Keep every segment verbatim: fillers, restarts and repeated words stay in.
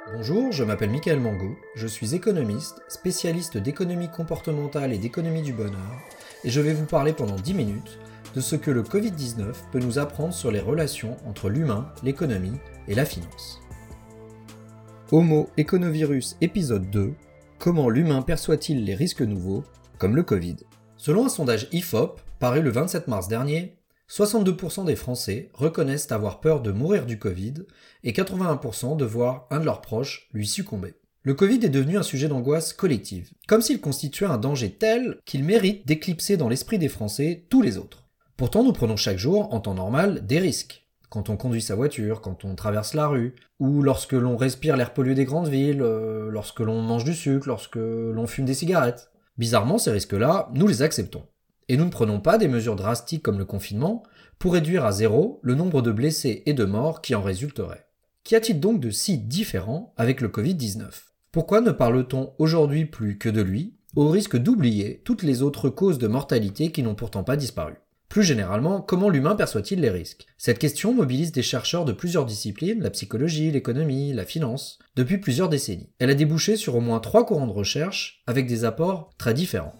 Bonjour, je m'appelle Mickaël Mangou, je suis économiste, spécialiste d'économie comportementale et d'économie du bonheur, et je vais vous parler pendant dix minutes de ce que le covid dix-neuf peut nous apprendre sur les relations entre l'humain, l'économie et la finance. Homo Econovirus épisode deux, comment l'humain perçoit-il les risques nouveaux, comme le Covid? Selon un sondage I F O P, paru le vingt-sept mars dernier, soixante-deux pour cent des Français reconnaissent avoir peur de mourir du Covid et quatre-vingt-un pour cent de voir un de leurs proches lui succomber. Le Covid est devenu un sujet d'angoisse collective, comme s'il constituait un danger tel qu'il mérite d'éclipser dans l'esprit des Français tous les autres. Pourtant, nous prenons chaque jour, en temps normal, des risques. Quand on conduit sa voiture, quand on traverse la rue, ou lorsque l'on respire l'air pollué des grandes villes, euh, lorsque l'on mange du sucre, lorsque l'on fume des cigarettes. Bizarrement, ces risques-là, nous les acceptons. Et nous ne prenons pas des mesures drastiques comme le confinement pour réduire à zéro le nombre de blessés et de morts qui en résulteraient. Qu'y a-t-il donc de si différent avec le covid dix-neuf? Pourquoi ne parle-t-on aujourd'hui plus que de lui, au risque d'oublier toutes les autres causes de mortalité qui n'ont pourtant pas disparu? Plus généralement, comment l'humain perçoit-il les risques? Cette question mobilise des chercheurs de plusieurs disciplines, la psychologie, l'économie, la finance, depuis plusieurs décennies. Elle a débouché sur au moins trois courants de recherche avec des apports très différents.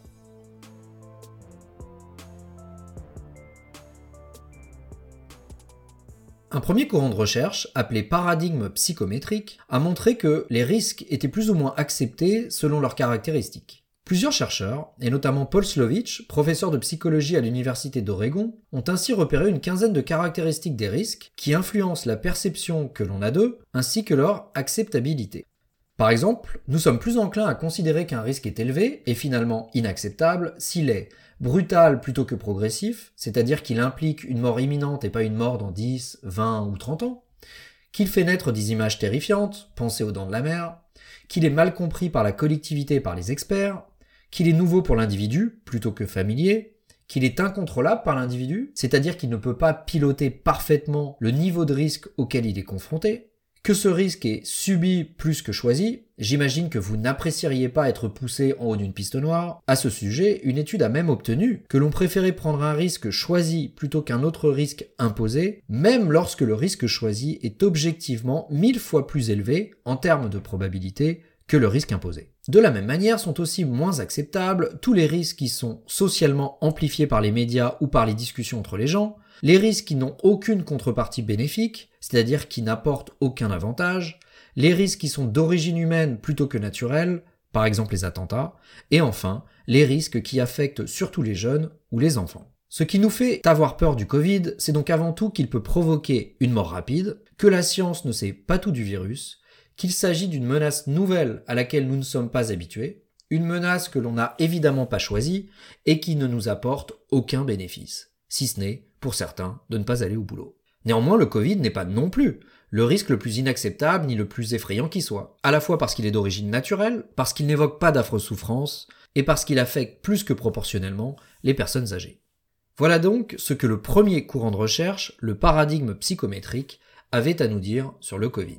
Un premier courant de recherche, appelé paradigme psychométrique, a montré que les risques étaient plus ou moins acceptés selon leurs caractéristiques. Plusieurs chercheurs, et notamment Paul Slovich, professeur de psychologie à l'université d'Oregon, ont ainsi repéré une quinzaine de caractéristiques des risques qui influencent la perception que l'on a d'eux, ainsi que leur acceptabilité. Par exemple, nous sommes plus enclins à considérer qu'un risque est élevé et finalement inacceptable s'il est brutal plutôt que progressif, c'est-à-dire qu'il implique une mort imminente et pas une mort dans dix, vingt ou trente ans, qu'il fait naître des images terrifiantes, pensez aux dents de la mer, qu'il est mal compris par la collectivité et par les experts, qu'il est nouveau pour l'individu plutôt que familier, qu'il est incontrôlable par l'individu, c'est-à-dire qu'il ne peut pas piloter parfaitement le niveau de risque auquel il est confronté, que ce risque est subi plus que choisi. J'imagine que vous n'apprécieriez pas être poussé en haut d'une piste noire. À ce sujet, une étude a même obtenu que l'on préférait prendre un risque choisi plutôt qu'un autre risque imposé, même lorsque le risque choisi est objectivement mille fois plus élevé en termes de probabilité que le risque imposé. De la même manière, sont aussi moins acceptables tous les risques qui sont socialement amplifiés par les médias ou par les discussions entre les gens, les risques qui n'ont aucune contrepartie bénéfique, c'est-à-dire qui n'apportent aucun avantage, les risques qui sont d'origine humaine plutôt que naturelle, par exemple les attentats, et enfin, les risques qui affectent surtout les jeunes ou les enfants. Ce qui nous fait avoir peur du Covid, c'est donc avant tout qu'il peut provoquer une mort rapide, que la science ne sait pas tout du virus, qu'il s'agit d'une menace nouvelle à laquelle nous ne sommes pas habitués, une menace que l'on n'a évidemment pas choisie et qui ne nous apporte aucun bénéfice, si ce n'est, pour certains, de ne pas aller au boulot. Néanmoins, le Covid n'est pas non plus le risque le plus inacceptable ni le plus effrayant qui soit, à la fois parce qu'il est d'origine naturelle, parce qu'il n'évoque pas d'affreuses souffrances, et parce qu'il affecte plus que proportionnellement les personnes âgées. Voilà donc ce que le premier courant de recherche, le paradigme psychométrique, avait à nous dire sur le Covid.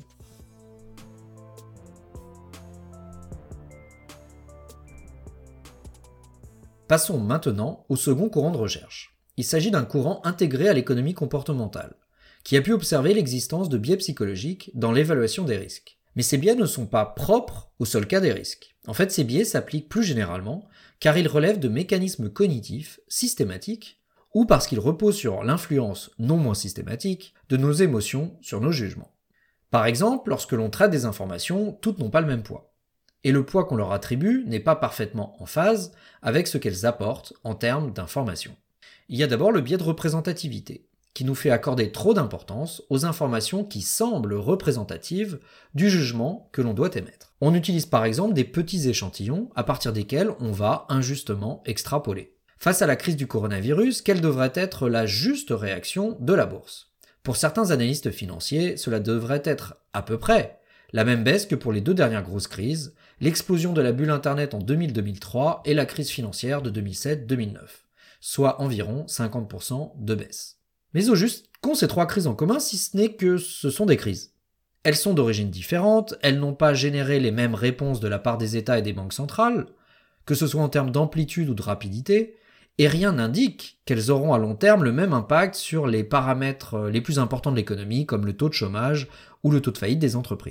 Passons maintenant au second courant de recherche. Il s'agit d'un courant intégré à l'économie comportementale, qui a pu observer l'existence de biais psychologiques dans l'évaluation des risques. Mais ces biais ne sont pas propres au seul cas des risques. En fait, ces biais s'appliquent plus généralement car ils relèvent de mécanismes cognitifs systématiques ou parce qu'ils reposent sur l'influence non moins systématique de nos émotions sur nos jugements. Par exemple, lorsque l'on traite des informations, toutes n'ont pas le même poids. Et le poids qu'on leur attribue n'est pas parfaitement en phase avec ce qu'elles apportent en termes d'informations. Il y a d'abord le biais de représentativité, qui nous fait accorder trop d'importance aux informations qui semblent représentatives du jugement que l'on doit émettre. On utilise par exemple des petits échantillons à partir desquels on va injustement extrapoler. Face à la crise du coronavirus, quelle devrait être la juste réaction de la bourse? Pour certains analystes financiers, cela devrait être à peu près la même baisse que pour les deux dernières grosses crises, l'explosion de la bulle Internet en deux mille deux mille trois et la crise financière de deux mille sept deux mille neuf, soit environ cinquante pour cent de baisse. Mais au juste, qu'ont ces trois crises en commun si ce n'est que ce sont des crises? Elles sont d'origine différente, elles n'ont pas généré les mêmes réponses de la part des États et des banques centrales, que ce soit en termes d'amplitude ou de rapidité, et rien n'indique qu'elles auront à long terme le même impact sur les paramètres les plus importants de l'économie, comme le taux de chômage ou le taux de faillite des entreprises.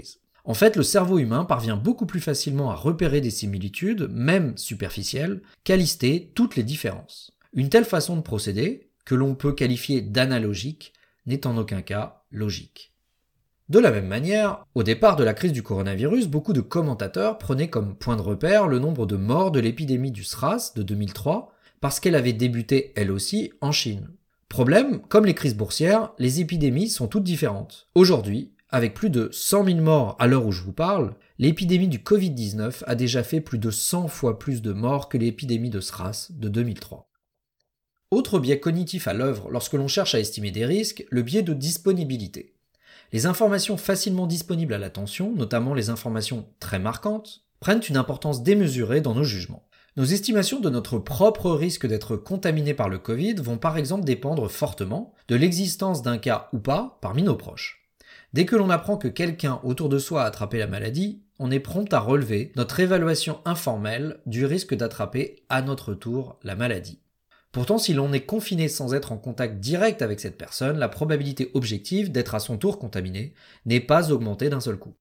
En fait, le cerveau humain parvient beaucoup plus facilement à repérer des similitudes, même superficielles, qu'à lister toutes les différences. Une telle façon de procéder, que l'on peut qualifier d'analogique, n'est en aucun cas logique. De la même manière, au départ de la crise du coronavirus, beaucoup de commentateurs prenaient comme point de repère le nombre de morts de l'épidémie du SRAS de deux mille trois, parce qu'elle avait débuté, elle aussi, en Chine. Problème, comme les crises boursières, les épidémies sont toutes différentes. Aujourd'hui, avec plus de cent mille morts à l'heure où je vous parle, l'épidémie du covid dix-neuf a déjà fait plus de cent fois plus de morts que l'épidémie de SRAS de deux mille trois. Autre biais cognitif à l'œuvre lorsque l'on cherche à estimer des risques, le biais de disponibilité. Les informations facilement disponibles à l'attention, notamment les informations très marquantes, prennent une importance démesurée dans nos jugements. Nos estimations de notre propre risque d'être contaminé par le Covid vont par exemple dépendre fortement de l'existence d'un cas ou pas parmi nos proches. Dès que l'on apprend que quelqu'un autour de soi a attrapé la maladie, on est prompt à relever notre évaluation informelle du risque d'attraper à notre tour la maladie. Pourtant, si l'on est confiné sans être en contact direct avec cette personne, la probabilité objective d'être à son tour contaminé n'est pas augmentée d'un seul coup.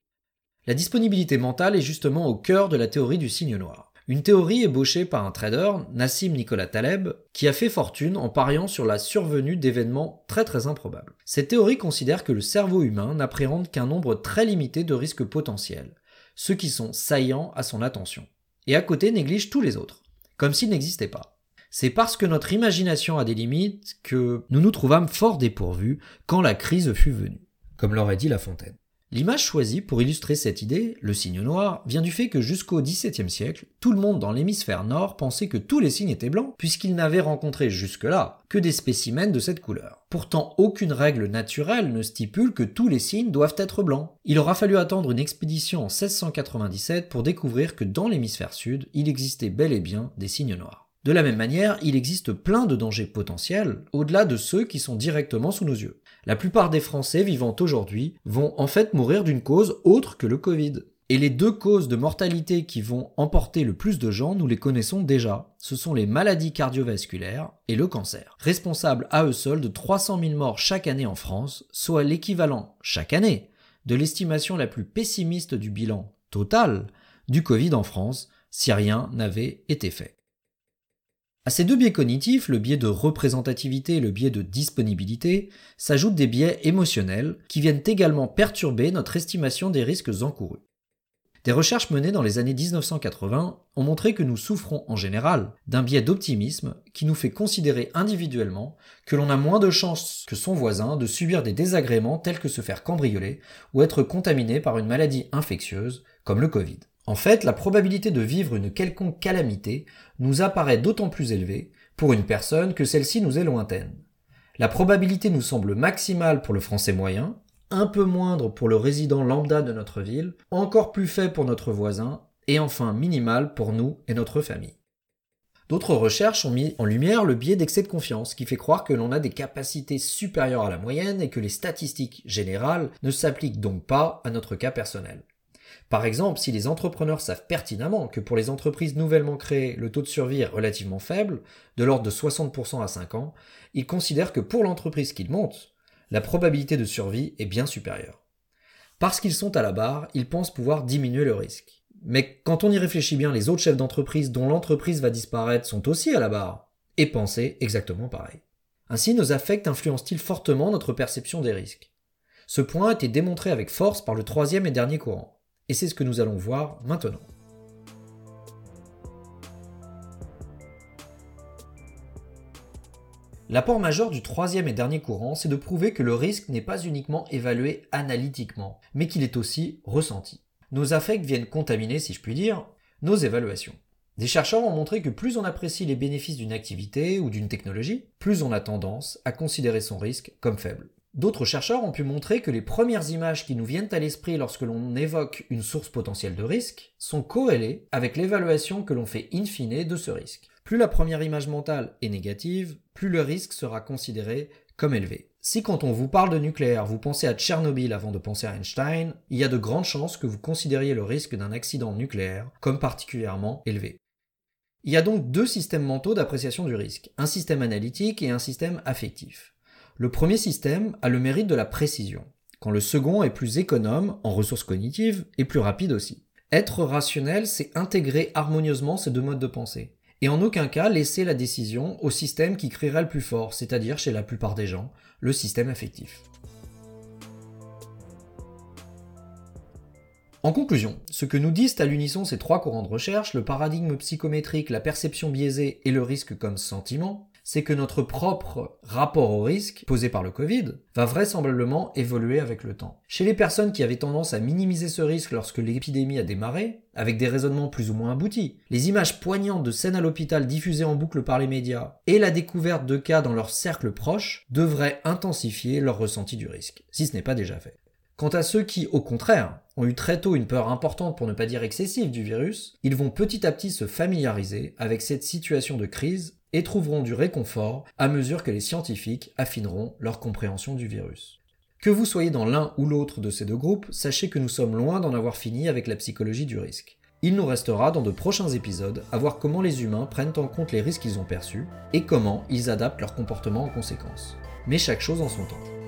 La disponibilité mentale est justement au cœur de la théorie du signe noir. Une théorie ébauchée par un trader, Nassim Nicolas Taleb, qui a fait fortune en pariant sur la survenue d'événements très très improbables. Cette théorie considère que le cerveau humain n'appréhende qu'un nombre très limité de risques potentiels, ceux qui sont saillants à son attention, et à côté néglige tous les autres, comme s'ils n'existaient pas. C'est parce que notre imagination a des limites que nous nous trouvâmes fort dépourvus quand la crise fut venue, comme l'aurait dit La Fontaine. L'image choisie pour illustrer cette idée, le signe noir, vient du fait que jusqu'au dix-septième siècle, tout le monde dans l'hémisphère nord pensait que tous les signes étaient blancs, puisqu'ils n'avaient rencontré jusque-là que des spécimens de cette couleur. Pourtant, aucune règle naturelle ne stipule que tous les signes doivent être blancs. Il aura fallu attendre une expédition en seize cent quatre-vingt-dix-sept pour découvrir que dans l'hémisphère sud, il existait bel et bien des signes noirs. De la même manière, il existe plein de dangers potentiels, au-delà de ceux qui sont directement sous nos yeux. La plupart des Français vivant aujourd'hui vont en fait mourir d'une cause autre que le Covid. Et les deux causes de mortalité qui vont emporter le plus de gens, nous les connaissons déjà. Ce sont les maladies cardiovasculaires et le cancer, responsables à eux seuls de trois cent mille morts chaque année en France, soit l'équivalent, chaque année, de l'estimation la plus pessimiste du bilan total du Covid en France, si rien n'avait été fait. À ces deux biais cognitifs, le biais de représentativité et le biais de disponibilité, s'ajoutent des biais émotionnels qui viennent également perturber notre estimation des risques encourus. Des recherches menées dans les années dix-neuf cent quatre-vingts ont montré que nous souffrons en général d'un biais d'optimisme qui nous fait considérer individuellement que l'on a moins de chances que son voisin de subir des désagréments tels que se faire cambrioler ou être contaminé par une maladie infectieuse comme le Covid. En fait, la probabilité de vivre une quelconque calamité nous apparaît d'autant plus élevée pour une personne que celle-ci nous est lointaine. La probabilité nous semble maximale pour le Français moyen, un peu moindre pour le résident lambda de notre ville, encore plus faible pour notre voisin, et enfin minimale pour nous et notre famille. D'autres recherches ont mis en lumière le biais d'excès de confiance, qui fait croire que l'on a des capacités supérieures à la moyenne et que les statistiques générales ne s'appliquent donc pas à notre cas personnel. Par exemple, si les entrepreneurs savent pertinemment que pour les entreprises nouvellement créées, le taux de survie est relativement faible, de l'ordre de soixante pour cent à cinq ans, ils considèrent que pour l'entreprise qu'ils montent, la probabilité de survie est bien supérieure. Parce qu'ils sont à la barre, ils pensent pouvoir diminuer le risque. Mais quand on y réfléchit bien, les autres chefs d'entreprise dont l'entreprise va disparaître sont aussi à la barre, et pensaient exactement pareil. Ainsi, nos affects influencent-ils fortement notre perception des risques. Ce point a été démontré avec force par le troisième et dernier courant. Et c'est ce que nous allons voir maintenant. L'apport majeur du troisième et dernier courant, c'est de prouver que le risque n'est pas uniquement évalué analytiquement, mais qu'il est aussi ressenti. Nos affects viennent contaminer, si je puis dire, nos évaluations. Des chercheurs ont montré que plus on apprécie les bénéfices d'une activité ou d'une technologie, plus on a tendance à considérer son risque comme faible. D'autres chercheurs ont pu montrer que les premières images qui nous viennent à l'esprit lorsque l'on évoque une source potentielle de risque sont corrélées avec l'évaluation que l'on fait in fine de ce risque. Plus la première image mentale est négative, plus le risque sera considéré comme élevé. Si quand on vous parle de nucléaire, vous pensez à Tchernobyl avant de penser à Einstein, il y a de grandes chances que vous considériez le risque d'un accident nucléaire comme particulièrement élevé. Il y a donc deux systèmes mentaux d'appréciation du risque, un système analytique et un système affectif. Le premier système a le mérite de la précision. quand le second est plus économe en ressources cognitives et plus rapide aussi. Être rationnel, c'est intégrer harmonieusement ces deux modes de pensée. Et en aucun cas laisser la décision au système qui crierait le plus fort, c'est-à-dire chez la plupart des gens, le système affectif. En conclusion, ce que nous disent à l'unisson ces trois courants de recherche, le paradigme psychométrique, la perception biaisée et le risque comme sentiment, c'est que notre propre rapport au risque posé par le Covid va vraisemblablement évoluer avec le temps. Chez les personnes qui avaient tendance à minimiser ce risque lorsque l'épidémie a démarré, avec des raisonnements plus ou moins aboutis, les images poignantes de scènes à l'hôpital diffusées en boucle par les médias et la découverte de cas dans leur cercle proche devraient intensifier leur ressenti du risque, si ce n'est pas déjà fait. Quant à ceux qui, au contraire, ont eu très tôt une peur importante pour ne pas dire excessive du virus, ils vont petit à petit se familiariser avec cette situation de crise et trouveront du réconfort à mesure que les scientifiques affineront leur compréhension du virus. Que vous soyez dans l'un ou l'autre de ces deux groupes, sachez que nous sommes loin d'en avoir fini avec la psychologie du risque. Il nous restera dans de prochains épisodes à voir comment les humains prennent en compte les risques qu'ils ont perçus et comment ils adaptent leur comportement en conséquence. Mais chaque chose en son temps.